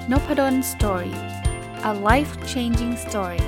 Nopadon Story. A life-changing story.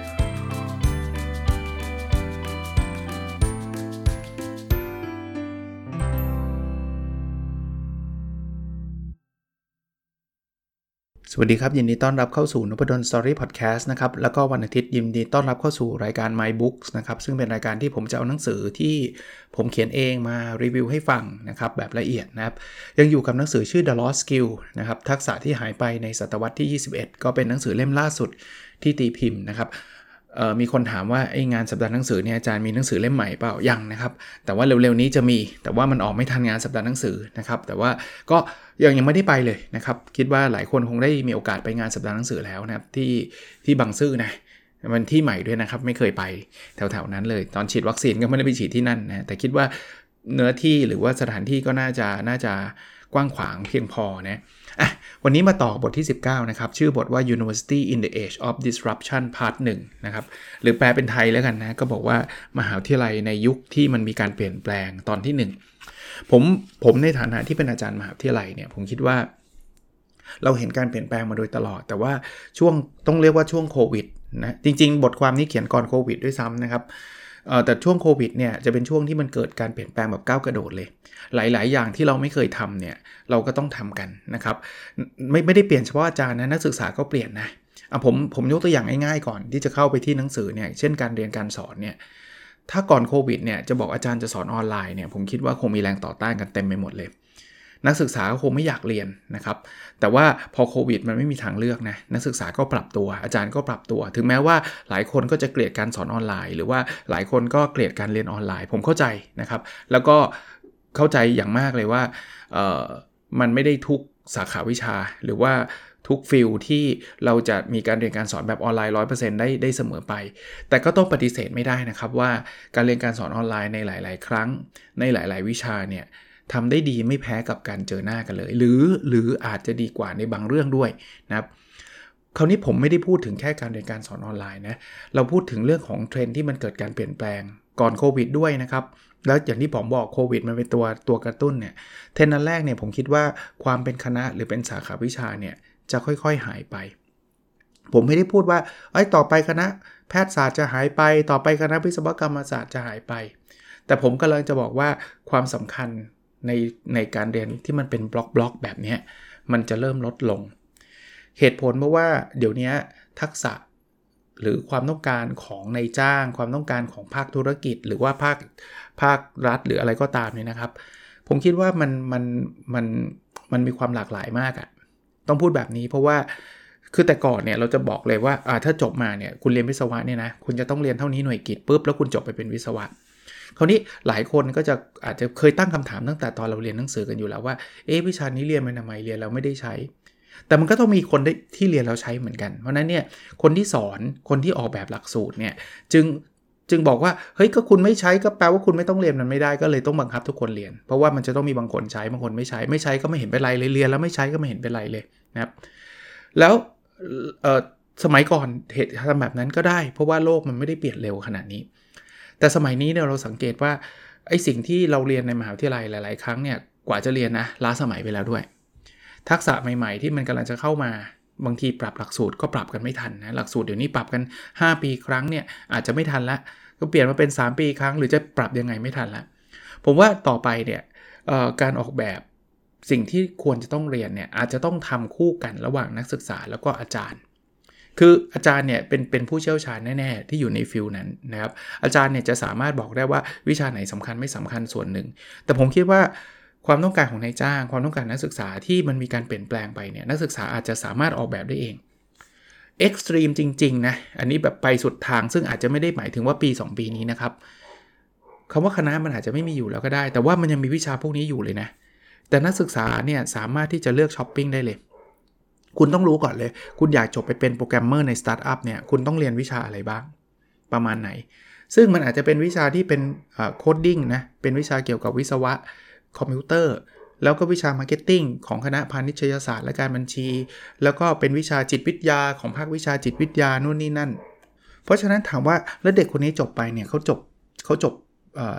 สวัสดีครับยินดีต้อนรับเข้าสู่ Nopadon Story Podcast นะครับแล้วก็วันอาทิตย์ยินดีต้อนรับเข้าสู่รายการ My Books นะครับซึ่งเป็นรายการที่ผมจะเอาหนังสือที่ผมเขียนเองมารีวิวให้ฟังนะครับแบบละเอียดนะครับยังอยู่กับหนังสือชื่อ The Lost Skill นะครับทักษะที่หายไปในศตวรรษที่21ก็เป็นหนังสือเล่มล่าสุดที่ตีพิมพ์นะครับมีคนถามว่าไอ้งานสัปดาห์หนังสือเนี่ยอาจารย์มีหนังสือเล่มใหม่เปล่ายังนะครับแต่ว่าเร็วๆนี้จะมีแต่ว่ามันออกไม่ทันงานสัปดาห์หนังสือนะครับแต่ว่าก็ยังไม่ได้ไปเลยนะครับคิดว่าหลายคนคงได้มีโอกาสไปงานสัปดาห์หนังสือแล้วนะครับที่บางซื่อนะมันที่ใหม่ด้วยนะครับไม่เคยไปแถวๆนั้นเลยตอนฉีดวัคซีนก็ไม่ได้ไปฉีดที่นั่นนะแต่คิดว่าเนื้อที่หรือว่าสถานที่ก็น่าจะกว้างขวางเพียงพอนะวันนี้มาต่อบทที่19นะครับชื่อบทว่า University in the Age of Disruption Part 1นะครับหรือแปลเป็นไทยแล้วกันนะก็บอกว่ามหาวิทยาลัยในยุคที่มันมีการเปลี่ยนแปลงตอนที่1ผมในฐานะที่เป็นอาจารย์มหาวิทยาลัยเนี่ยผมคิดว่าเราเห็นการเปลี่ยนแปลงมาโดยตลอดแต่ว่าช่วงต้องเรียกว่าช่วงโควิดนะจริงๆบทความนี้เขียนก่อนโควิดด้วยซ้ำนะครับแต่ช่วงโควิดเนี่ยจะเป็นช่วงที่มันเกิดการเปลี่ยนแปลงแบบก้าวกระโดดเลยหลายๆอย่างที่เราไม่เคยทำเนี่ยเราก็ต้องทำกันนะครับไม่ได้เปลี่ยนเฉพาะอาจารย์นะนักศึกษาก็เปลี่ยนนะผมยกตัวอย่างง่ายๆก่อนที่จะเข้าไปที่หนังสือเนี่ยเช่นการเรียนการสอนเนี่ยถ้าก่อนโควิดเนี่ยจะบอกอาจารย์จะสอนออนไลน์เนี่ยผมคิดว่าคงมีแรงต่อต้านกันเต็มไปหมดเลยนักศึกษาก็คงไม่อยากเรียนนะครับแต่ว่าพอโควิดมันไม่มีทางเลือกนะนักศึกษาก็ปรับตัวอาจารย์ก็ปรับตัวถึงแม้ว่าหลายคนก็จะเกลียดการสอนออนไลน์หรือว่าหลายคนก็เกลียดการเรียนออนไลน์ผมเข้าใจนะครับแล้วก็เข้าใจอย่างมากเลยว่ามันไม่ได้ทุกสาขาวิชาหรือว่าทุกฟิลที่เราจะมีการเรียนการสอนแบบออนไลน์ 100% ได้เสมอไปแต่ก็ต้องปฏิเสธไม่ได้นะครับว่าการเรียนการสอนออนไลน์ในหลายๆครั้งในหลายๆวิชาเนี่ยทำได้ดีไม่แพ้กับการเจอหน้ากันเลยหรืออาจจะดีกว่าในบางเรื่องด้วยนะครับคราวนี้ผมไม่ได้พูดถึงแค่การเรียนการสอนออนไลน์นะเราพูดถึงเรื่องของเทรนด์ที่มันเกิดการเปลี่ยนแปลงก่อนโควิดด้วยนะครับแล้วอย่างที่ผมบอกโควิดมันเป็นตัวกระตุ้นเนี่ยเทรนด์นั้นแรกเนี่ยผมคิดว่าความเป็นคณะหรือเป็นสาขาวิชาเนี่ยจะค่อยๆหายไปผมไม่ได้พูดว่าต่อไปคณะแพทยศาสตร์จะหายไปต่อไปคณะวิศวกรรมศาสตร์จะหายไปแต่ผมกำลังจะบอกว่าความสำคัญในการเรียนที่มันเป็นบล็อกแบบนี้มันจะเริ่มลดลงเหตุผลเพราะว่าเดี๋ยวนี้ทักษะหรือความต้องการของนายจ้างความต้องการของภาคธุรกิจหรือว่าภาครัฐหรืออะไรก็ตามเนี่ยนะครับผมคิดว่ามันมีความหลากหลายมากอะต้องพูดแบบนี้เพราะว่าคือแต่ก่อนเนี่ยเราจะบอกเลยว่าถ้าจบมาเนี่ยคุณเรียนวิศวะเนี่ยนะคุณจะต้องเรียนเท่านี้หน่วยกิตปุ๊บแล้วคุณจบไปเป็นวิศวะคราวนี้หลายคนก็จะอาจจะเคยตั้งคำถามตั้งแต่ตอนเราเรียนหนังสือกันอยู่แล้วว่าวิชานี้เรียนมันทำไมเรียนแล้วไม่ได้ใช้แต่มันก็ต้องมีคนที่เรียนแล้วใช้เหมือนกันเพราะนั้นเนี่ยคนที่สอนคนที่ออกแบบหลักสูตรเนี่ยจึงบอกว่าเฮ้ยก็คุณไม่ใช้ก็แปลว่าคุณไม่ต้องเรียนมันไม่ได้ก็เลยต้องบังคับทุกคนเรียนเพราะว่ามันจะต้องมีบางคนใช้บางคนไม่ใช้ก็ไม่เห็นเป็นไรเลยเรียนแล้วไม่ใช้ก็ไม่เห็นเป็นไรเลยนะครับแล้วสมัยก่อนเหตุทำแบบนั้นก็ได้เพราะว่าโลกมันไม่ได้เปลี่ยนเร็วขนาดนี้แต่สมัยนี้เนี่ยเราสังเกตว่าไอ้สิ่งที่เราเรียนในมหาวิทยาลัยหลายๆครั้งเนี่ยกว่าจะเรียนนะล้าสมัยไปแล้วด้วยทักษะใหม่ๆที่มันกำลังจะเข้ามาบางทีปรับหลักสูตรก็ปรับกันไม่ทันนะหลักสูตรเดี๋ยวนี้ปรับกัน5ปีครั้งเนี่ยอาจจะไม่ทันละก็เปลี่ยนมาเป็น3ปีครั้งหรือจะปรับยังไงไม่ทันละผมว่าต่อไปเนี่ยการออกแบบสิ่งที่ควรจะต้องเรียนเนี่ยอาจจะต้องทำคู่กันระหว่างนักศึกษาแล้วก็อาจารย์คืออาจารย์เนี่ยเป็นผู้เชี่ยวชาญแน่ๆที่อยู่ในฟิลนั้นนะครับอาจารย์เนี่ยจะสามารถบอกได้ว่าวิชาไหนสำคัญไม่สำคัญส่วนหนึ่งแต่ผมคิดว่าความต้องการของนายจ้างความต้องการนักศึกษาที่มันมีการเปลี่ยนแปลงไปเนี่ยนักศึกษาอาจจะสามารถออกแบบได้เองเอ็กซ์ตรีมจริงๆนะอันนี้แบบไปสุดทางซึ่งอาจจะไม่ได้หมายถึงว่าปี2ปีนี้นะครับคำว่าคณะมันอาจจะไม่มีอยู่แล้วก็ได้แต่ว่ามันยังมีวิชาพวกนี้อยู่เลยนะแต่นักศึกษาเนี่ยสามารถที่จะเลือกช้อปปิ้งได้เลยคุณต้องรู้ก่อนเลยคุณอยากจบไปเป็นโปรแกรมเมอร์ในสตาร์ทอัพเนี่ยคุณต้องเรียนวิชาอะไรบ้างประมาณไหนซึ่งมันอาจจะเป็นวิชาที่เป็นโคดดิ้งนะเป็นวิชาเกี่ยวกับวิศวะคอมพิวเตอร์แล้วก็วิชามาร์เก็ตติ้งของคณะพาณิชยศาสตร์และการบัญชีแล้วก็เป็นวิชาจิตวิทยาของภาควิชาจิตวิทยานู่นนี่นั่นเพราะฉะนั้นถามว่าแล้วเด็กคนนี้จบไปเนี่ยเขาจบ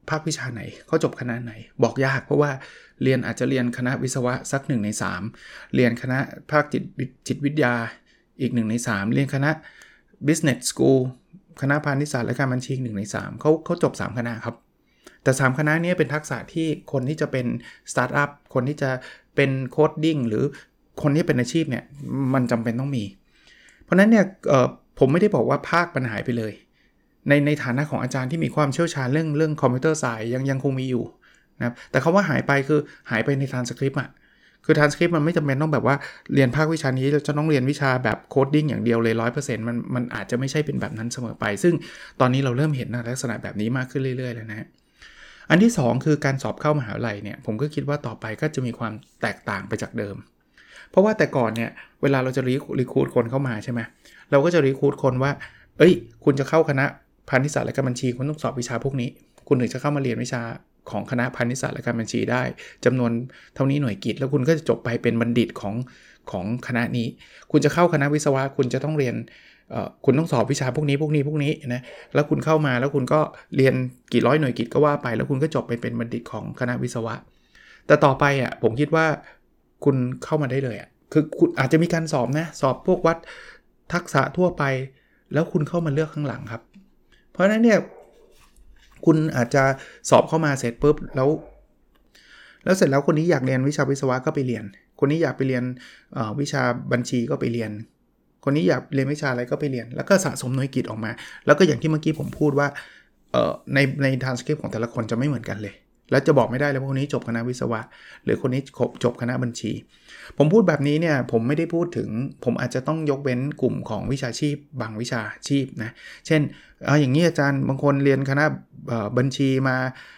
ภาควิชาไหนเขาจบคณะไหนบอกยากเพราะว่าเรียนอาจจะเรียนคณะวิศวะสัก1ใน3เรียนคณะภาคจิตวิทยาอีก1ใน3เรียนคณะ Business School คณะพาณิชยศาสตร์และการบัญชี1ใน3เขาจบ3คณะครับแต่3คณะนี้เป็นทักษะที่คนที่จะเป็นสตาร์ทอัพคนที่จะเป็นโคดดิ้งหรือคนที่เป็นอาชีพเนี่ยมันจำเป็นต้องมีเพราะนั้นเนี่ยผมไม่ได้บอกว่าภาคมันหายไปเลยในฐานะของอาจารย์ที่มีความเชี่ยวชาญเรื่องคอมพิวเตอร์ไซส์ยังคงมีอยู่นะครับแต่คำว่าหายไปคือหายไปในทรานสคริปต์อ่ะคือทรานสคริปต์มันไม่จำเป็นต้องแบบว่าเรียนภาควิชานี้จะต้องเรียนวิชาแบบโคดดิ้งอย่างเดียวเลย 100% มันอาจจะไม่ใช่เป็นแบบนั้นเสมอไปซึ่งตอนนี้เราเริ่มเห็นลักษณะแบบนี้มากขึ้นเรื่อยๆแล้วนะอันที่2คือการสอบเข้ามหาวิทยาลัยเนี่ยผมก็คิดว่าต่อไปก็จะมีความแตกต่างไปจากเดิมเพราะว่าแต่ก่อนเนี่ยเวลาเราจะรีครูทคนเข้ามาใช่ไหมเราก็จะรีครูทคนว่าคุณจะเข้าคณะพาณิชยศาสตร์และการบัญชีคุณต้องสอบวิชาพวกนี้คุณถึงจะเข้ามาเรียนวิชาของคณะพาณิชยศาสตร์และการบัญชีได้จำนวนเท่านี้หน่วยกิตแล้วคุณก็จะจบไปเป็นบัณฑิตของคณะนี้คุณจะเข้าคณะวิศวะคุณจะต้องเรียนคุณต้องสอบวิชาพวกนี้นะแล้วคุณเข้ามาแล้วคุณก็เรียนกี่ร้อยหน่วยกิตก็ว่าไปแล้วคุณก็จบไปเป็นบัณฑิตของคณะวิศวะแต่ต่อไปผมคิดว่าคุณเข้ามาได้เลยคือคุณอาจจะมีการสอบนะสอบพวกวัดทักษะทั่วไปแล้วคุณเข้ามาเลือกข้างหลังครับเพราะฉะนั้นเนี่ยคุณอาจจะสอบเข้ามาเสร็จปุ๊บแล้วเสร็จแล้วคนนี้อยากเรียนวิชาวิศวะก็ไปเรียนคนนี้อยากไปเรียนวิชาบัญชีก็ไปเรียนคนนี้อยากเรียนวิชาอะไรก็ไปเรียนแล้วก็สะสมหน่วยกิตออกมาแล้วก็อย่างที่เมื่อกี้ผมพูดว่าในทรานสคริปต์ของแต่ละคนจะไม่เหมือนกันเลยแล้วจะบอกไม่ได้เลยว่าคนนี้จบคณะวิศวะหรือคนนี้จบคณะบัญชีผมพูดแบบนี้เนี่ยผมไม่ได้พูดถึงผมอาจจะต้องยกเว้นกลุ่มของวิชาชีพบางวิชาชีพนะเช่นอย่างนี้อาจารย์บางคนเรียนคณะบัญชีมา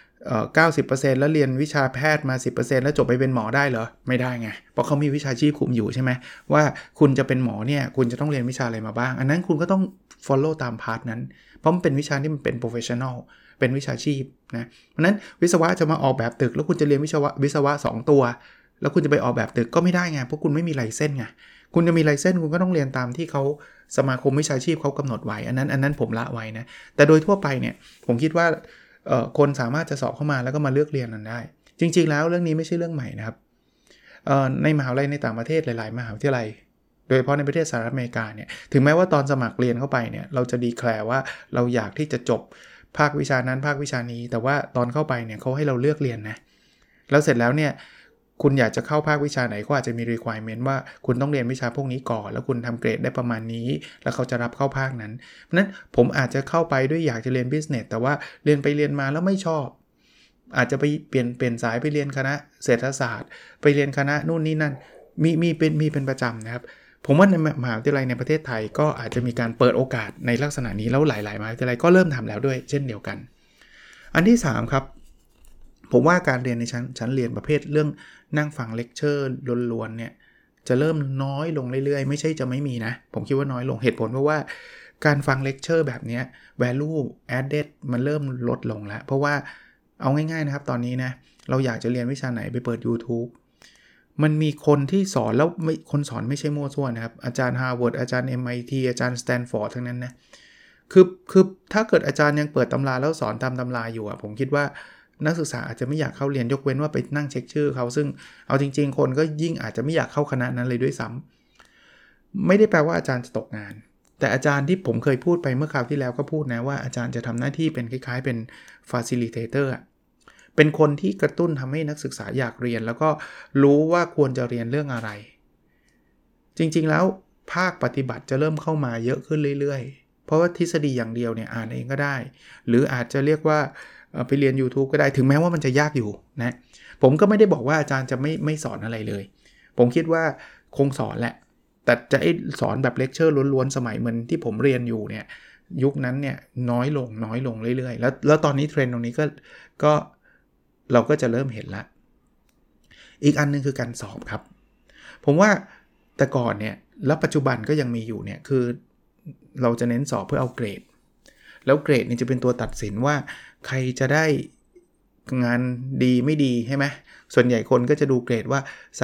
90% แล้วเรียนวิชาแพทย์มา 10% แล้วจบไปเป็นหมอได้เหรอไม่ได้ไงเพราะเขามีวิชาชีพคุมอยู่ใช่ไหมว่าคุณจะเป็นหมอเนี่ยคุณจะต้องเรียนวิชาอะไรมาบ้างอันนั้นคุณก็ต้อง follow ตามพาร์ทนั้นเพราะมันเป็นวิชาที่มันเป็น professional เป็นวิชาชีพนะเพราะนั้นวิศวะจะมาออกแบบตึกแล้วคุณจะเรียนวิศวะ2ตัวแล้วคุณจะไปออกแบบตึกก็ไม่ได้ไงเพราะคุณไม่มีไลเซนส์ไงคุณจะมีไลเซนส์คุณก็ต้องเรียนตามที่เขาสมาคมวิชาชีพเขากำหนดไว้อันนั้นผมละไว้นะแต่โดยทั่วไปเนี่ยผมคิดว่าคนสามารถจะสอบเข้ามาแล้วก็มาเลือกเรียนนั้นได้จริงๆแล้วเรื่องนี้ไม่ใช่เรื่องใหม่นะครับในมหาวิทยาลัยในต่างประเทศหลายๆมหาวิทยาลัยโดยเฉพาะในประเทศสหรัฐอเมริกาเนี่ยถึงแม้ว่าตอนสมัครเรียนเข้าไปเนี่ยเราจะดีแคลร์ว่าเราอยากที่จะจบภาควิชานั้นภาควิชานี้แต่ว่าตอนเข้าไปเนี่ยเขาให้เราเลือกเรียนนะแล้วเสร็จแล้วเนี่ยคุณอยากจะเข้าภาควิชาไหนก็อาจจะมี requirement ว่าคุณต้องเรียนวิชาพวกนี้ก่อนแล้วคุณทำเกรดได้ประมาณนี้แล้วเขาจะรับเข้าภาคนั้นเพราะนั้นผมอาจจะเข้าไปด้วยอยากจะเรียน business แต่ว่าเรียนไปเรียนมาแล้วไม่ชอบอาจจะไปเปลี่ยนสายไปเรียนคณะเศรษฐศาสตร์ไปเรียนคณะนู่นนี่นั่นมีเป็นประจำนะครับผมว่าในมหาวิทยาลัยในประเทศไทยก็อาจจะมีการเปิดโอกาสในลักษณะนี้แล้วหลายๆมหาวิทยาลัยก็เริ่มทำแล้วด้วยเช่นเดียวกันอันที่3ครับผมว่าการเรียนในชั้นเรียนประเภทเรื่องนั่งฟังเลคเชอร์ล้วนๆเนี่ยจะเริ่มน้อยลงเรื่อยๆไม่ใช่จะไม่มีนะผมคิดว่าน้อยลงเหตุผลเพราะว่าการฟังเลคเชอร์แบบนี้ value added มันเริ่มลดลงแล้วเพราะว่าเอาง่ายๆนะครับตอนนี้นะเราอยากจะเรียนวิชาไหนไปเปิด YouTube มันมีคนที่สอนแล้วคนสอนไม่ใช่มั่วซั่วนะครับอาจารย์ Harvard อาจารย์ MIT อาจารย์ Stanford ทั้งนั้นนะคือถ้าเกิดอาจารย์ยังเปิดตำราแล้วสอนตามตำราอยู่ผมคิดว่านักศึกษาอาจจะไม่อยากเข้าเรียนยกเว้นว่าไปนั่งเช็คชื่อเขาซึ่งเอาจริงๆคนก็ยิ่งอาจจะไม่อยากเข้าคณะนั้นเลยด้วยซ้ำไม่ได้แปลว่าอาจารย์จะตกงานแต่อาจารย์ที่ผมเคยพูดไปเมื่อคราวที่แล้วก็พูดนะว่าอาจารย์จะทำหน้าที่เป็นคล้ายๆเป็น facilitator เป็นคนที่กระตุ้นทำให้นักศึกษาอยากเรียนแล้วก็รู้ว่าควรจะเรียนเรื่องอะไรจริงๆแล้วภาคปฏิบัติจะเริ่มเข้ามาเยอะขึ้นเรื่อยๆเพราะว่าทฤษฎีอย่างเดียวเนี่ยอ่านเองก็ได้หรืออาจจะเรียกว่าไปเรียน YouTube ก็ได้ถึงแม้ว่ามันจะยากอยู่นะผมก็ไม่ได้บอกว่าอาจารย์จะไม่สอนอะไรเลยผมคิดว่าคงสอนแหละแต่จะสอนแบบเลคเชอร์ล้วนๆสมัยเหมือนที่ผมเรียนอยู่เนี่ยยุคนั้นเนี่ยน้อยลงเรื่อยๆแล้วตอนนี้เทรนด์ตรงนี้ก็เราก็จะเริ่มเห็นละอีกอันนึงคือการสอบครับผมว่าแต่ก่อนเนี่ยแล้วปัจจุบันก็ยังมีอยู่เนี่ยคือเราจะเน้นสอบเพื่อเอาเกรดแล้วเกรดนี่จะเป็นตัวตัดสินว่าใครจะได้งานดีไม่ดีใช่ไหมส่วนใหญ่คนก็จะดูเกรดว่า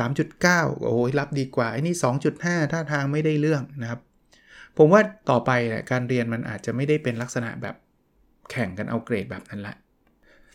3.9 โอ้ยรับดีกว่าไอ้นี่ 2.5 ท่าทางไม่ได้เรื่องนะครับผมว่าต่อไปเนี่ยการเรียนมันอาจจะไม่ได้เป็นลักษณะแบบแข่งกันเอาเกรดแบบนั้นละ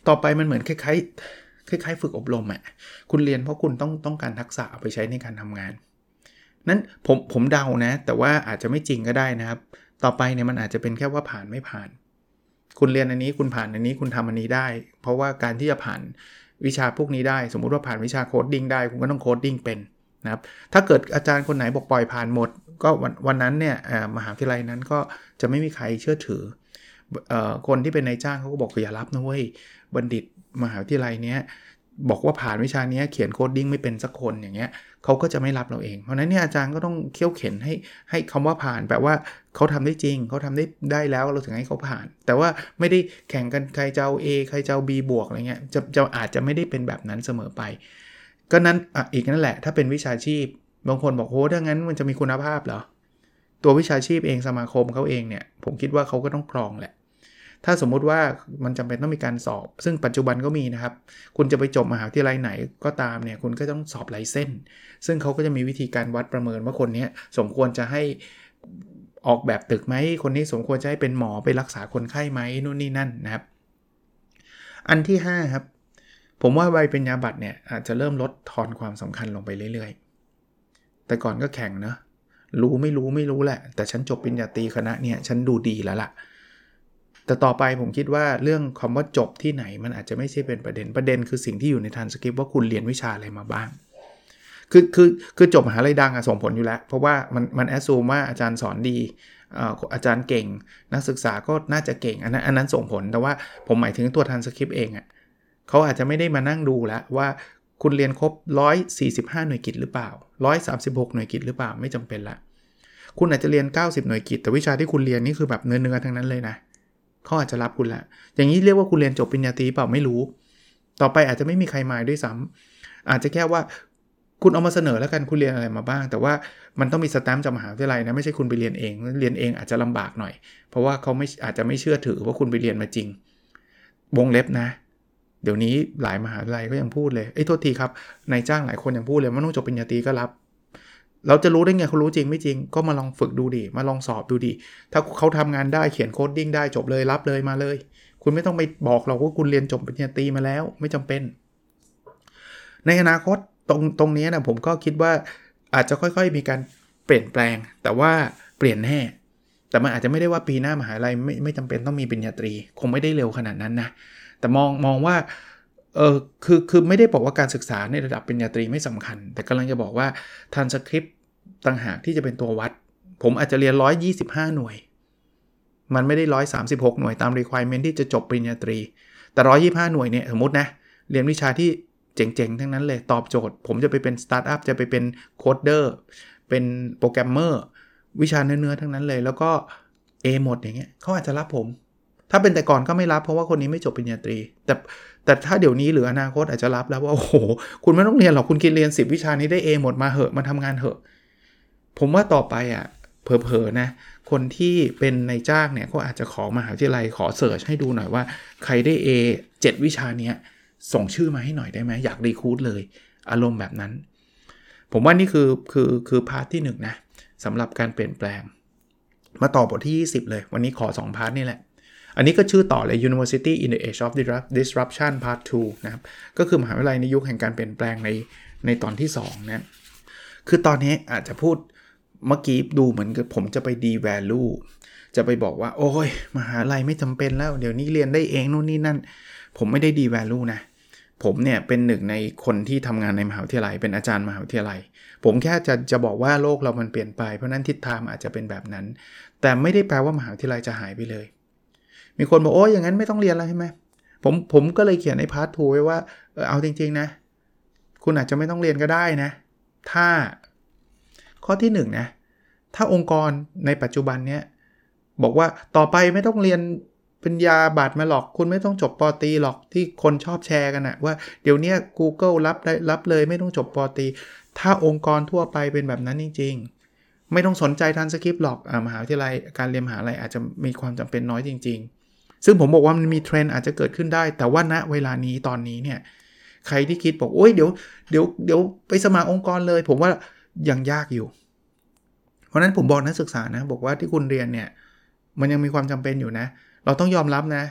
ต่อไปมันเหมือนคล้ายๆฝึกอบรมอ่ะคุณเรียนเพราะคุณต้องการทักษะเอาไปใช้ในการทำงานนั้นผมเดานะแต่ว่าอาจจะไม่จริงก็ได้นะครับต่อไปเนี่ยมันอาจจะเป็นแค่ว่าผ่านไม่ผ่านคุณเรียนอันนี้คุณผ่านอันนี้คุณทำอันนี้ได้เพราะว่าการที่จะผ่านวิชาพวกนี้ได้สมมุติว่าผ่านวิชาโคดดิ้งได้คุณก็ต้องโคดดิ้งเป็นนะครับถ้าเกิดอาจารย์คนไหนบอกปล่อยผ่านหมดก็วันนั้นเนี่ยมหาวิทยาลัยนั้นก็จะไม่มีใครเชื่อถือคนที่เป็นนายจ้างเขาก็บอกอย่ารับนะเว้ยบัณฑิตมหาวิทยาลัยเนี้ยบอกว่าผ่านวิชานี้เขียนโคดดิ้งไม่เป็นสักคนอย่างเงี้ยเขาก็จะไม่รับเราเองเพราะนั้นเนี่ยอาจารย์ก็ต้องเคี่ยวเข็นให้คำว่าผ่านแปลว่าเขาทำได้จริงเขาทำได้แล้วเราถึงให้เขาผ่านแต่ว่าไม่ได้แข่งกันใครจะเอา A ใครจะเอา B บวกอะไรเงี้ยจะอาจจะไม่ได้เป็นแบบนั้นเสมอไปก็นั้นอีกนั่นแหละถ้าเป็นวิชาชีพบางคนบอกโหถ้างั้นมันจะมีคุณภาพเหรอตัววิชาชีพเองสมาคมเขาเองเนี่ยผมคิดว่าเขาก็ต้องกรองแหละถ้าสมมุติว่ามันจำเป็นต้องมีการสอบซึ่งปัจจุบันก็มีนะครับคุณจะไปจบมหาวิทยาลัยไหนก็ตามเนี่ยคุณก็ต้องสอบไลเซนส์ซึ่งเขาก็จะมีวิธีการวัดประเมินว่าคนนี้สมควรจะให้ออกแบบตึกไหมคนนี้สมควรจะให้เป็นหมอไปรักษาคนไข้ไหมนู่นนี่นั่นนะครับอันที่5ครับผมว่าใบปริญญาบัตรเนี่ยอาจจะเริ่มลดทอนความสำคัญลงไปเรื่อยๆแต่ก่อนก็แข่งเนอะรู้ไม่รู้แหละแต่ฉันจบปริญญาตรีคณะเนี่ยฉันดูดีแล้วล่ะแต่ต่อไปผมคิดว่าเรื่องคำว่าจบที่ไหนมันอาจจะไม่ใช่เป็นประเด็นคือสิ่งที่อยู่ในทรานสคริปต์ว่าคุณเรียนวิชาอะไรมาบ้างคือจบมหาลัยดังส่งผลอยู่แล้วเพราะว่ามันแอสซูมว่าอาจารย์สอนดีอาจารย์เก่งนักศึกษาก็น่าจะเก่งอันนั้นส่งผลแต่ว่าผมหมายถึงตัวทรานสคริปต์เองเขาอาจจะไม่ได้มานั่งดูแล้วว่าคุณเรียนครบ145หน่วยกิตหรือเปล่า136หน่วยกิตหรือเปล่าไม่จำเป็นละคุณอาจจะเรียน90หน่วยกิตแต่วิชาที่คุณเรียนนี่คือแบบเนื้อทั้งนั้นเลยนะเขาอาจจะรับคุณละอย่างนี้เรียกว่าคุณเรียนจบปริญญาตรีเปล่าไม่รู้ต่อไปอาจจะไม่มีใครมาด้วยซ้ำอาจจะแค่ว่าคุณเอามาเสนอแล้วกันคุณเรียนอะไรมาบ้างแต่ว่ามันต้องมีสแตมป์จากมหาวิทยาลัยนะไม่ใช่คุณไปเรียนเองอาจจะลำบากหน่อยเพราะว่าเขาอาจจะไม่เชื่อถือว่าคุณไปเรียนมาจริงวงเล็บนะเดี๋ยวนี้หลายมหาวิทยาลัยก็ยังพูดเลยโทษทีครับนายจ้างหลายคนยังพูดเลยว่าต้องจบปริญญาตรีก็รับเราจะรู้ได้ไงเขารู้จริงไม่จริงก็มาลองฝึกดูดิมาลองสอบดูดิถ้าเขาทำงานได้เขียนโคดดิ้งได้จบเลยรับเลยมาเลยคุณไม่ต้องไปบอกเราว่าคุณเรียนจบปริญญาตรีมาแล้วไม่จำเป็นในอนาคตตรงนี้นะผมก็คิดว่าอาจจะค่อยๆมีการเปลี่ยนแปลงแต่ว่าเปลี่ยนแน่แต่มันอาจจะไม่ได้ว่าปีหน้ามหาวิทยาลัยไม่จำเป็นต้องมีปริญญาตรีคงไม่ได้เร็วขนาดนั้นนะแต่มองว่าคือไม่ได้บอกว่าการศึกษาในระดับปริญญาตรีไม่สำคัญแต่กำลังจะบอกว่าทรานสคริปต์ต่างหากที่จะเป็นตัววัดผมอาจจะเรียน125หน่วยมันไม่ได้136หน่วยตาม requirement ที่จะจบปริญญาตรีแต่125หน่วยเนี่ยสมมุตินะเรียนวิชาที่เจ๋งๆทั้งนั้นเลยตอบโจทย์ผมจะไปเป็นสตาร์ทอัพจะไปเป็นโคดเดอร์เป็นโปรแกรมเมอร์วิชาเนื้อทั้งนั้นเลยแล้วก็ A หมดอย่างเงี้ยเขาอาจจะรับผมถ้าเป็นแต่ก่อนก็ไม่รับเพราะว่าคนนี้ไม่จบปริญญาตรีแต่ถ้าเดี๋ยวนี้หรืออนาคตอาจจะรับแล้วว่าโอ้โหคุณไม่ต้องเรียนหรอกคุณกินเรียน10วิชานี้ได้ A หมดมาเหอะมาทำงานเหอะผมว่าต่อไปเผลอๆนะคนที่เป็นนายจ้างเนี่ยก็อาจจะขอมหาวิทยาลัยขอเสิร์ชให้ดูหน่อยว่าใครได้ A 7วิชาเนี้ยส่งชื่อมาให้หน่อยได้ไหมอยากรีครูทเลยอารมณ์แบบนั้นผมว่านี่คือพาร์ทที่1นะสำหรับการเปลี่ยนแปลงมาต่อบทที่20เลยวันนี้ขอ2พาร์ทนี่แหละอันนี้ก็ชื่อต่อเลย University in the Age of Disruption Part 2นะครับก็คือมหาวิทยาลัยในยุคแห่งการเปลี่ยนแปลงในตอนที่2นะคือตอนนี้อาจจะพูดเมื่อกี้ดูเหมือนกับผมจะไป devalue จะไปบอกว่าโอ้ยมหาวิทยาลัยไม่จำเป็นแล้วเดี๋ยวนี้เรียนได้เองนู่นนี่นั่นผมไม่ได้ devalue นะผมเนี่ยเป็นหนึ่งในคนที่ทำงานในมหาวิทยาลัยเป็นอาจารย์มหาวิทยาลัยผมแค่จะบอกว่าโลกเรามันเปลี่ยนไปเพราะนั้นทิศทางอาจจะเป็นแบบนั้นแต่ไม่ได้แปลว่ามหาวิทยาลัยจะหายไปเลยมีคนบอกโอ้ยอย่างนั้นไม่ต้องเรียนแล้วใช่ไหมผมก็เลยเขียนในพาร์ท 2 ไว้ว่าเอาจริงๆนะคุณอาจจะไม่ต้องเรียนก็ได้นะถ้าข้อที่1นะถ้าองค์กรในปัจจุบันเนี้ยบอกว่าต่อไปไม่ต้องเรียนปริญญาบัตรมาหรอกคุณไม่ต้องจบป.ตรีหรอกที่คนชอบแชร์กันนะว่าเดี๋ยวนี้ Google รับเลยไม่ต้องจบป.ตรีถ้าองค์กรทั่วไปเป็นแบบนั้นจริงๆไม่ต้องสนใจทรานสคริปต์หรอกมหาวิทยาลัยการเรียนมหาวิทยาลัยอาจจะมีความจำเป็นน้อยจริงๆซึ่งผมบอกว่ามันมีเทรนด์อาจจะเกิดขึ้นได้แต่ว่าณเวลานี้ตอนนี้เนี่ยใครที่คิดบอกโอ๊ยเดี๋ยวไปสมัครองค์กรเลยผมว่ายังยากอยู่เพราะนั้นผมบอกนักศึกษานะบอกว่าที่คุณเรียนเนี่ยมันยังมีความจำเป็นอยู่นะเราต้องยอมรับนะ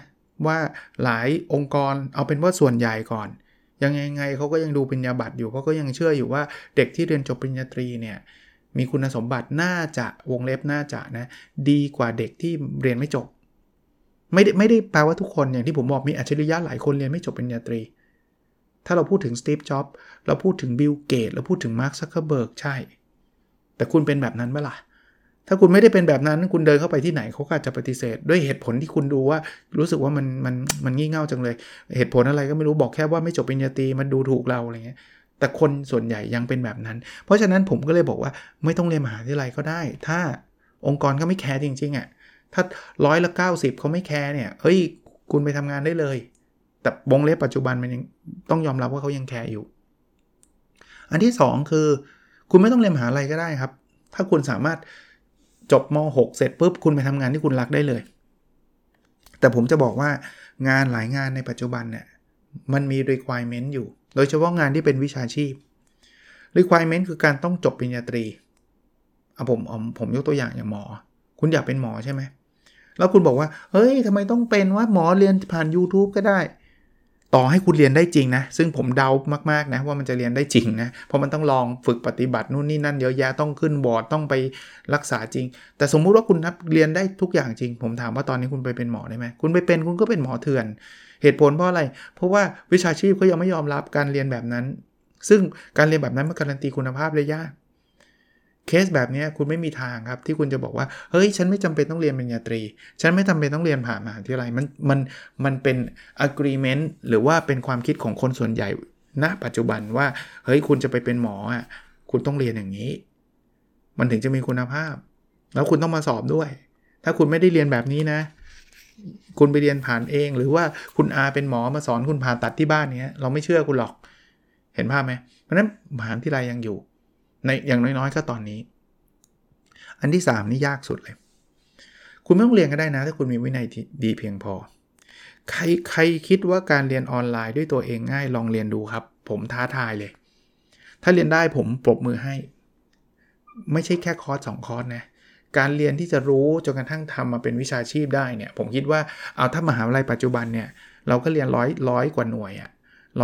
ว่าหลายองค์กรเอาเป็นว่าส่วนใหญ่ก่อนยังไงเขาก็ยังดูปริญญาบัตรอยู่เพราะก็ยังเชื่ออยู่ว่าเด็กที่เรียนจบปริญญาตรีเนี่ยมีคุณสมบัติน่าจะวงเล็บน่าจะนะดีกว่าเด็กที่เรียนไม่จบไม่ได้แปลว่าทุกคนอย่างที่ผมบอกมีอัจฉริยะหลายคนเรียนไม่จบปริญญาตรีถ้าเราพูดถึงสตีฟจ็อบส์เราพูดถึงบิลเกตเราพูดถึงมาร์คซักเคอร์เบิร์กใช่แต่คุณเป็นแบบนั้นไหมล่ะถ้าคุณไม่ได้เป็นแบบนั้นคุณเดินเข้าไปที่ไหนเขาก็อาจจะปฏิเสธด้วยเหตุผลที่คุณดูว่ารู้สึกว่ามันงี่เง่าจังเลยเหตุผลอะไรก็ไม่รู้บอกแค่ว่าไม่จบปริญญาตรีมันดูถูกเราอะไรเงี้ยแต่คนส่วนใหญ่ยังเป็นแบบนั้นเพราะฉะนั้นผมก็เลยบอกว่าไม่ต้องเรียนมหาวิทยาลัยก็ได้ถ้าองค์กรเขาไม่แคร์จริงๆอ่ะถ้า90%เขาไม่แคร์เนี่ยเฮ้ยคุณไปทำงานได้เลยแต่วงเล็บปัจจุบันมันยังต้องยอมรับว่าเขายังแคร์อยู่อันที่2คือคุณไม่ต้องเรียนมหาวิทยาลัยก็ได้ครับถ้าคุณสามารถจบม.6 เสร็จปุ๊บคุณไปทำงานที่คุณรักได้เลยแต่ผมจะบอกว่างานหลายงานในปัจจุบันเนี่ยมันมี requirement อยู่โดยเฉพาะงานที่เป็นวิชาชีพ requirement คือการต้องจบปริญญาตรีผมยกตัวอย่างหมอคุณอยากเป็นหมอใช่ไหมแล้วคุณบอกว่าเฮ้ยทำไมต้องเป็นว่าหมอเรียนผ่าน YouTube ก็ได้ต่อให้คุณเรียนได้จริงนะซึ่งผมเดามากๆนะว่ามันจะเรียนได้จริงนะเพราะมันต้องลองฝึกปฏิบัตินู่นนี่นั่นเยอะแยะต้องขึ้นบอร์ดต้องไปรักษาจริงแต่สมมุติว่าคุณเรียนได้ทุกอย่างจริงผมถามว่าตอนนี้คุณไปเป็นหมอได้ไหมคุณไปเป็นคุณก็เป็นหมอเถื่อนเหตุผลเพราะอะไรเพราะว่าวิชาชีพเขายังไม่ยอมรับการเรียนแบบนั้นซึ่งการเรียนแบบนั้นมันการันตีคุณภาพเลยยากเคสแบบนี้คุณไม่มีทางครับที่คุณจะบอกว่าเฮ้ยฉันไม่จำเป็นต้องเรียนปริญญาตรีฉันไม่จำเป็นต้องเรียนผ่านมหาวิทยาลัยมันเป็น agreement หรือว่าเป็นความคิดของคนส่วนใหญ่ณปัจจุบันว่าเฮ้ยคุณจะไปเป็นหมออ่ะคุณต้องเรียนอย่างนี้มันถึงจะมีคุณภาพแล้วคุณต้องมาสอบด้วยถ้าคุณไม่ได้เรียนแบบนี้นะคุณไปเรียนผ่านเองหรือว่าคุณอาเป็นหมอมาสอนคุณผ่าตัดที่บ้านเนี้ยเราไม่เชื่อคุณหรอกเห็นภาพไหมเพราะนั้นมหาวิทยาลัยยังอยู่ในอย่างน้อยๆก็ตอนนี้อันที่3นี่ยากสุดเลยคุณไม่ต้องเรียนก็ได้นะถ้าคุณมีวินัยดีเพียงพอใครคิดว่าการเรียนออนไลน์ด้วยตัวเองง่ายลองเรียนดูครับผมท้าทายเลยถ้าเรียนได้ผมปรบมือให้ไม่ใช่แค่คอร์ส2คอร์สนะการเรียนที่จะรู้จนกระทั่งทำมาเป็นวิชาชีพได้เนี่ยผมคิดว่าเอาถ้ามหาวิทยาลัยปัจจุบันเนี่ยเราก็เรียนร้อยกว่าหน่วยอ่ะ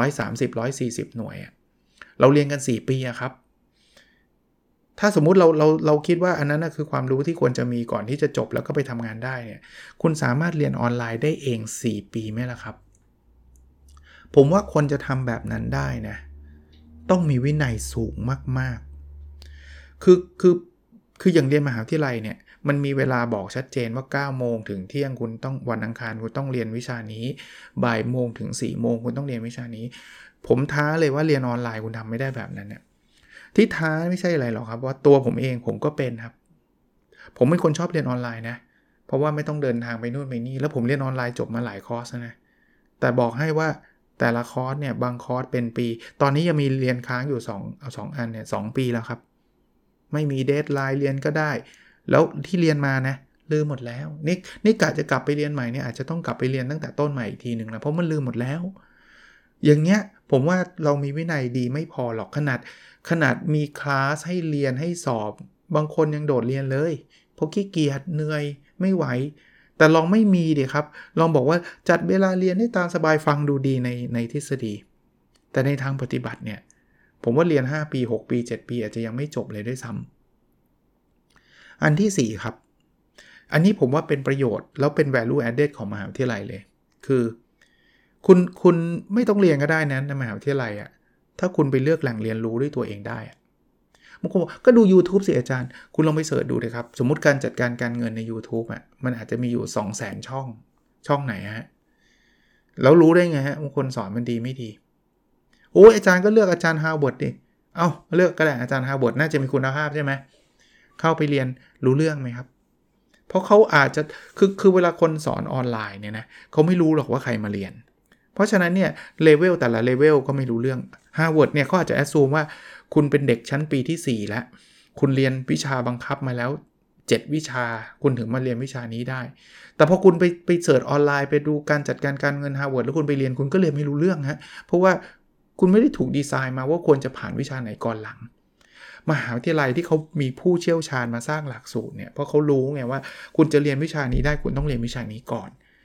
130 140หน่วยอ่ะเราเรียนกัน4 ปีอะครับถ้าสมมุติเราคิดว่าอันนั้นคือความรู้ที่ควรจะมีก่อนที่จะจบแล้วก็ไปทำงานได้เนี่ยคุณสามารถเรียนออนไลน์ได้เอง4 ปีไหมล่ะครับผมว่าคนจะทำแบบนั้นได้นะต้องมีวินัยสูงมากๆคืออย่างเรียนมหาวิทยาลัยเนี่ยมันมีเวลาบอกชัดเจนว่า9 โมงถึงเที่ยงคุณต้องวันอังคารคุณต้องเรียนวิชานี้บ่ายโมงถึง4 โมงคุณต้องเรียนวิชานี้ผมท้าเลยว่าเรียนออนไลน์คุณทำไม่ได้แบบนั้นเนี่ยที่ท้าไม่ใช่อะไรหรอกครับว่าตัวผมเองผมก็เป็นครับผมเป็นคนชอบเรียนออนไลน์นะเพราะว่าไม่ต้องเดินทางไปนู่นไปนี่แล้วผมเรียนออนไลน์จบมาหลายคอร์สนะแต่บอกให้ว่าแต่ละคอร์สเนี่ยบางคอร์สเป็นปีตอนนี้ยังมีเรียนค้างอยู่2อันเนี่ย2 ปีแล้วครับไม่มีเดดไลน์เรียนก็ได้แล้วที่เรียนมานะลืมหมดแล้วนี่กะจะกลับไปเรียนใหม่เนี่ยอาจจะต้องกลับไปเรียนตั้งแต่ต้นใหม่อีกทีนึงแล้วเพราะมันลืมหมดแล้วอย่างเงี้ยผมว่าเรามีวินัยดีไม่พอหรอกขนาดมีคลาสให้เรียนให้สอบบางคนยังโดดเรียนเลยเพราะขี้เกียจเหนื่อยไม่ไหวแต่ลองไม่มีดิครับลองบอกว่าจัดเวลาเรียนให้ตามสบายฟังดูดีในทฤษฎีแต่ในทางปฏิบัติเนี่ยผมว่าเรียน5 ปี6 ปี7 ปีอาจจะยังไม่จบเลยด้วยซ้ำอันที่4ครับอันนี้ผมว่าเป็นประโยชน์แล้วเป็น value added ของมหาวิทยาลัยเลยคือคุณไม่ต้องเรียนก็ได้นะในมหาวิทยาลัยอะถ้าคุณไปเลือกแหล่งเรียนรู้ด้วยตัวเองได้บางคนบอกก็ดู YouTube สิอาจารย์คุณลองไปเสิร์ชดูเลยครับสมมุติการจัดการการเงินใน YouTube อ่ะมันอาจจะมีอยู่ 200,000 ช่องไหนฮะแล้วรู้ได้ไงฮะบางคนสอนมันดีไม่ดีโอ้อาจารย์ก็เลือกอาจารย์ Harvard ดิเอ้าเลือกก็ได้อาจารย์ Harvard น่าจะมีคุณภาพใช่ไหมเข้าไปเรียนรู้เรื่องไหมครับเพราะเขาอาจจะคือเวลาคนสอนออนไลน์เนี่ยนะเขาไม่รู้หรอกว่าใครมาเรียนเพราะฉะนั้นเนี่ยเลเวลแต่ละเลเวลก็ไม่รู้เรื่อง Harvard เนี่ยเขาอาจจะแอสซูมว่าคุณเป็นเด็กชั้นปีที่4แล้วคุณเรียนวิชาบังคับมาแล้ว7 วิชาคุณถึงมาเรียนวิชานี้ได้แต่พอคุณไปเสิร์ชออนไลน์ไปดูการจัดการการเงิน Harvard แล้วคุณไปเรียนคุณก็เรียนไม่รู้เรื่องฮะเพราะว่าคุณไม่ได้ถูกดีไซน์มาว่าควรจะผ่านวิชาไหนก่อนหลังมหาวิทยาลัยที่เขามีผู้เชี่ยวชาญมาสร้างหลักสูตรเนี่ยเพราะเขารู้ไงว่าคุณจะเรียนวิชานี้ได้คุณต้องเรียนวิชานี้ก่อนพ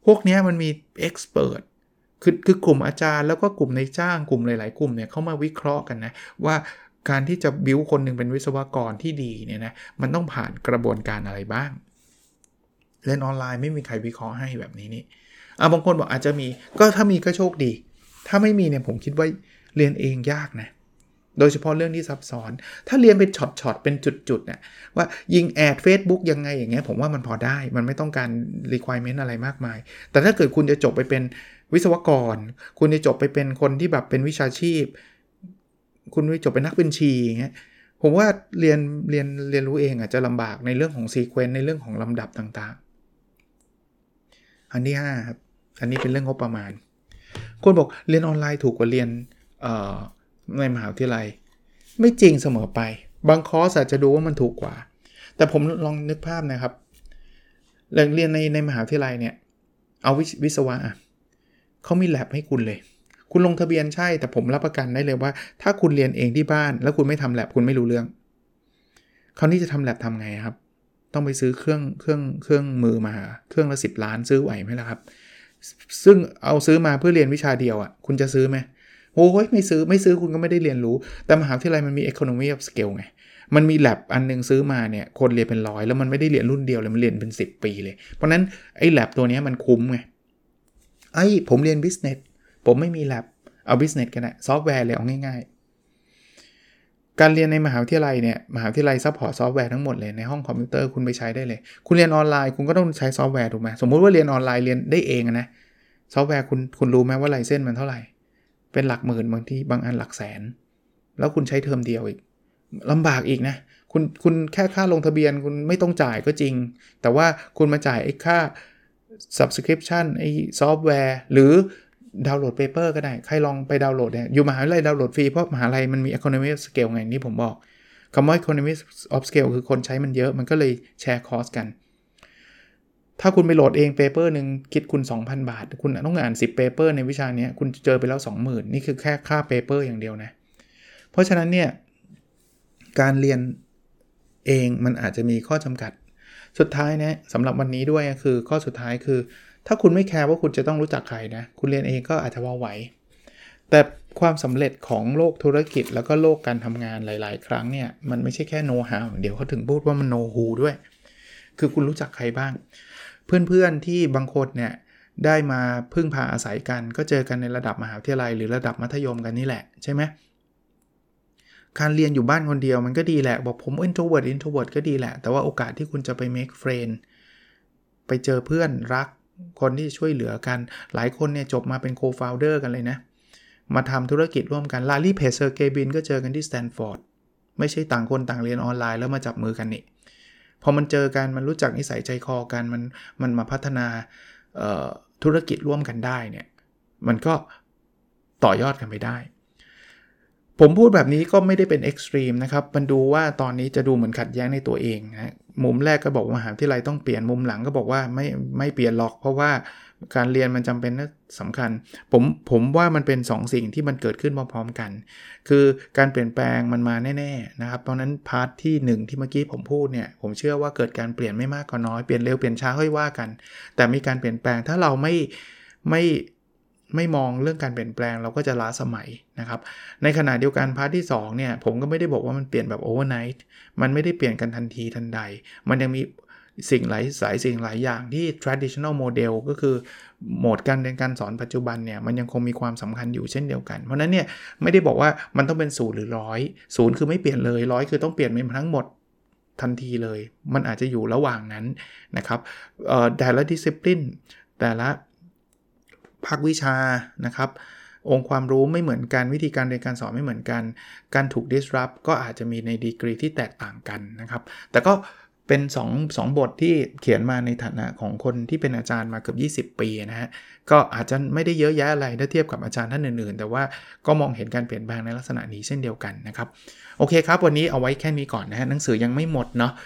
วกนี้มันมีเอ็กซ์เพิร์ทคือกลุ่มอาจารย์แล้วก็กลุ่มในจ้างกลุ่มหลายๆกลุ่มเนี่ยเขามาวิเคราะห์กันนะว่าการที่จะบิวคนหนึ่งเป็นวิศวกรที่ดีเนี่ยนะมันต้องผ่านกระบวนการอะไรบ้างเรียนออนไลน์ไม่มีใครวิเคราะห์ให้แบบนี้นี่บางคนบอกอาจจะมีก็ถ้ามีก็โชคดีถ้าไม่มีเนี่ยผมคิดว่าเรียนเองยากนะโดยเฉพาะเรื่องที่ซับซ้อนถ้าเรียนเป็นช็อตๆเป็นจุดๆเนี่ยว่ายิงแอด Facebook ยังไงอย่างเงี้ยผมว่ามันพอได้มันไม่ต้องการ requirement อะไรมากมายแต่ถ้าเกิดคุณจะจบไปเป็นวิศวกรคุณจะจบไปเป็นคนที่แบบเป็นวิชาชีพคุณจะจบเป็นนักบัญชีอย่างเงี้ยผมว่าเรียนรู้เองอาจจะลำบากในเรื่องของซีเควนซ์ในเรื่องของลำดับต่างๆอันที่5ครับอันนี้เป็นเรื่องงบประมาณคนบอกเรียนออนไลน์ถูกกว่าเรียนในมหาวิทยาลัยไม่จริงเสมอไปบางคอร์สอาจจะดูว่ามันถูกกว่าแต่ผมลองนึกภาพนะครับเรียนในมหาวิทยาลัยเนี่ยเอาวิศวะเขามีแลบให้คุณเลยคุณลงทะเบียนใช่แต่ผมรับประกันได้เลยว่าถ้าคุณเรียนเองที่บ้านแล้วคุณไม่ทำแลบคุณไม่รู้เรื่องคราวนี้จะทำแลบทำไงครับต้องไปซื้อเครื่องมือมาเครื่องละ10 ล้านซื้อไหวไหมล่ะครับซึ่งเอาซื้อมาเพื่อเรียนวิชาเดียวคุณจะซื้อไหมโอ้ยไม่ซื้อคุณก็ไม่ได้เรียนรู้แต่มหาวิทยาลัยมันมี economy of scale ไงมันมี lab อันนึงซื้อมาเนี่ยคนเรียนเป็น100แล้วมันไม่ได้เรียนรุ่นเดียวเลยมันเรียนเป็น10 ปีเลยเพราะนั้นไอ้ lab ตัวนี้มันคุ้มไงผมเรียน business ผมไม่มี lab เอา business กันนะซอฟต์แวร์เลยเอาง่ายๆการเรียนในมหาวิทยาลัยเนี่ยมหาวิทยาลัยซัพพอร์ตซอฟต์แวร์ทั้งหมดเลยในห้องคอมพิวเตอร์คุณไปใช้ได้เลยคุณเรียนออนไลน์คุณก็ต้องใช้ซอฟต์แวร์ถูกไหมสมมุติว่าเรียนออนไลน์เรียนได้เองนะซอฟต์แวร์คุณรู้ไหมว่าไลเซนส์มันเท่าไหร่เป็นหลักหมื่นบางทีบางอันหลักแสนแล้วคุณใช้เทอมเดียวอีกลำบากอีกนะคุณแค่ค่าลงทะเบียนคุณไม่ต้องจ่ายก็จริงแต่ว่าคุณมาจ่ายไอ้ค่า subscription ไอ้ซอฟต์แวร์หรือดาวน์โหลดเปเปอร์ก็ได้ใครลองไปดาวน์โหลดเนี่ยอยู่มหาวิทยาลัยดาวน์โหลดฟรีเพราะมหาวิทยาลัยมันมี economy of scale ไงนี่ผมบอกคำว่า economy of scale คือคนใช้มันเยอะมันก็เลยแชร์คอสกันถ้าคุณไปโหลดเองเปเปอร์นึงคิดคุณ 2,000 บาทคุณต้องอ่าน10เปเปอร์ในวิชานี้คุณเจอไปแล้ว 20,000 นี่คือแค่ค่าเปเปอร์อย่างเดียวนะเพราะฉะนั้นเนี่ยการเรียนเองมันอาจจะมีข้อจำกัดสุดท้ายนะสำหรับวันนี้ด้วยคือข้อสุดท้ายคือถ้าคุณไม่แคร์ว่าคุณจะต้องรู้จักใครนะคุณเรียนเองก็อาจจะว่าไหวแต่ความสำเร็จของโลกธุรกิจแล้วก็โลกการทำงานหลายๆครั้งเนี่ยมันไม่ใช่แค่ know how เดี๋ยวเขาถึงพูดว่ามัน know who ด้วยคือคุณรู้จักใครบ้างเพื่อนๆที่บางคนเนี่ยได้มาพึ่งพาอาศัยกันก็เจอกันในระดับมหาวิทยาลัยหรือระดับมัธยมกันนี่แหละใช่ไหมการเรียนอยู่บ้านคนเดียวมันก็ดีแหละบอกผม introvert ก็ดีแหละแต่ว่าโอกาสที่คุณจะไป make friend ไปเจอเพื่อนรักคนที่ช่วยเหลือกันหลายคนเนี่ยจบมาเป็น co-founder กันเลยนะมาทำธุรกิจร่วมกันลารีเพจเซอร์เกย์บินก็เจอกันที่สแตนฟอร์ดไม่ใช่ต่างคนต่างเรียนออนไลน์แล้วมาจับมือกันนี่พอมันเจอกันมันรู้จักนิสัยใจคอกันมันมาพัฒนาธุรกิจร่วมกันได้เนี่ยมันก็ต่อยอดกันไปได้ผมพูดแบบนี้ก็ไม่ได้เป็นเอ็กซ์ตรีมนะครับมันดูว่าตอนนี้จะดูเหมือนขัดแย้งในตัวเองนะมุมแรกก็บอกว่ามหาวิทยาลัยต้องเปลี่ยนมุมหลังก็บอกว่าไม่เปลี่ยนหรอกเพราะว่าการเรียนมันจำเป็นและสำคัญผมว่ามันเป็น2 สิ่งที่มันเกิดขึ้นพร้อมๆกันคือการเปลี่ยนแปลงมันมาแน่ๆนะครับเพราะนั้นพาร์ทที่1ที่เมื่อกี้ผมพูดเนี่ยผมเชื่อว่าเกิดการเปลี่ยนไม่มากก็น้อยเปลี่ยนเร็วเปลี่ยนช้าค่อยว่ากันแต่มีการเปลี่ยนแปลงถ้าเราไม่มองเรื่องการเปลี่ยนแปลงเราก็จะล้าสมัยนะครับในขณะเดียวกันพาร์ทที่2เนี่ยผมก็ไม่ได้บอกว่ามันเปลี่ยนแบบโอเวอร์ไนท์มันไม่ได้เปลี่ยนกันทันทีทันใดมันยังมีสิ่งหลายอย่างที่ traditional model ก็คือโหมดการเรียนการสอนปัจจุบันเนี่ยมันยังคงมีความสำคัญอยู่เช่นเดียวกันเพราะนั้นเนี่ยไม่ได้บอกว่ามันต้องเป็น0หรือ100 0คือไม่เปลี่ยนเลย100คือต้องเปลี่ยนเป็นทั้งหมดทันทีเลยมันอาจจะอยู่ระหว่างนั้นนะครับแต่ละ discipline แต่ละภาควิชานะครับองค์ความรู้ไม่เหมือนกันวิธีการเรียนการสอนไม่เหมือนกันการถูก disrupt ก็อาจจะมีในดีกรีที่แตกต่างกันนะครับแต่ก็เป็น2บทที่เขียนมาในฐานะของคนที่เป็นอาจารย์มาเกือบ20 ปีนะฮะก็อาจจะไม่ได้เยอะแยะอะไรถ้าเทียบกับอาจารย์ท่านอื่นๆแต่ว่าก็มองเห็นการเปลี่ยนแปลงในลักษณะนี้เช่นเดียวกันนะครับโอเคครับวันนี้เอาไว้แค่นี้ก่อนนะฮะหนังสือยังไม่หมดเนาะ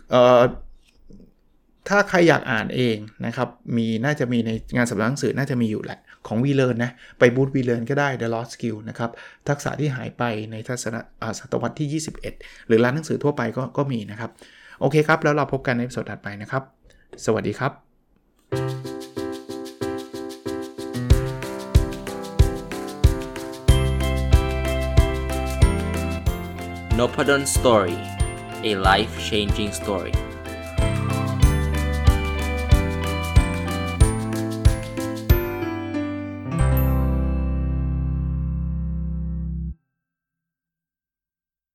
ถ้าใครอยากอ่านเองนะครับน่าจะมีในงานสัปดาห์หนังสือน่าจะมีอยู่แหละของ VLearn นะไปบูธ VLearn ก็ได้ The Lost Skill นะครับทักษะที่หายไปในศตวรรษที่21หรือร้านหนังสือทั่วไปก็มีนะครับโอเคครับแล้วเราพบกันในตอนถัดไปนะครับสวัสดีครับ Nopadon Story. A life changing story.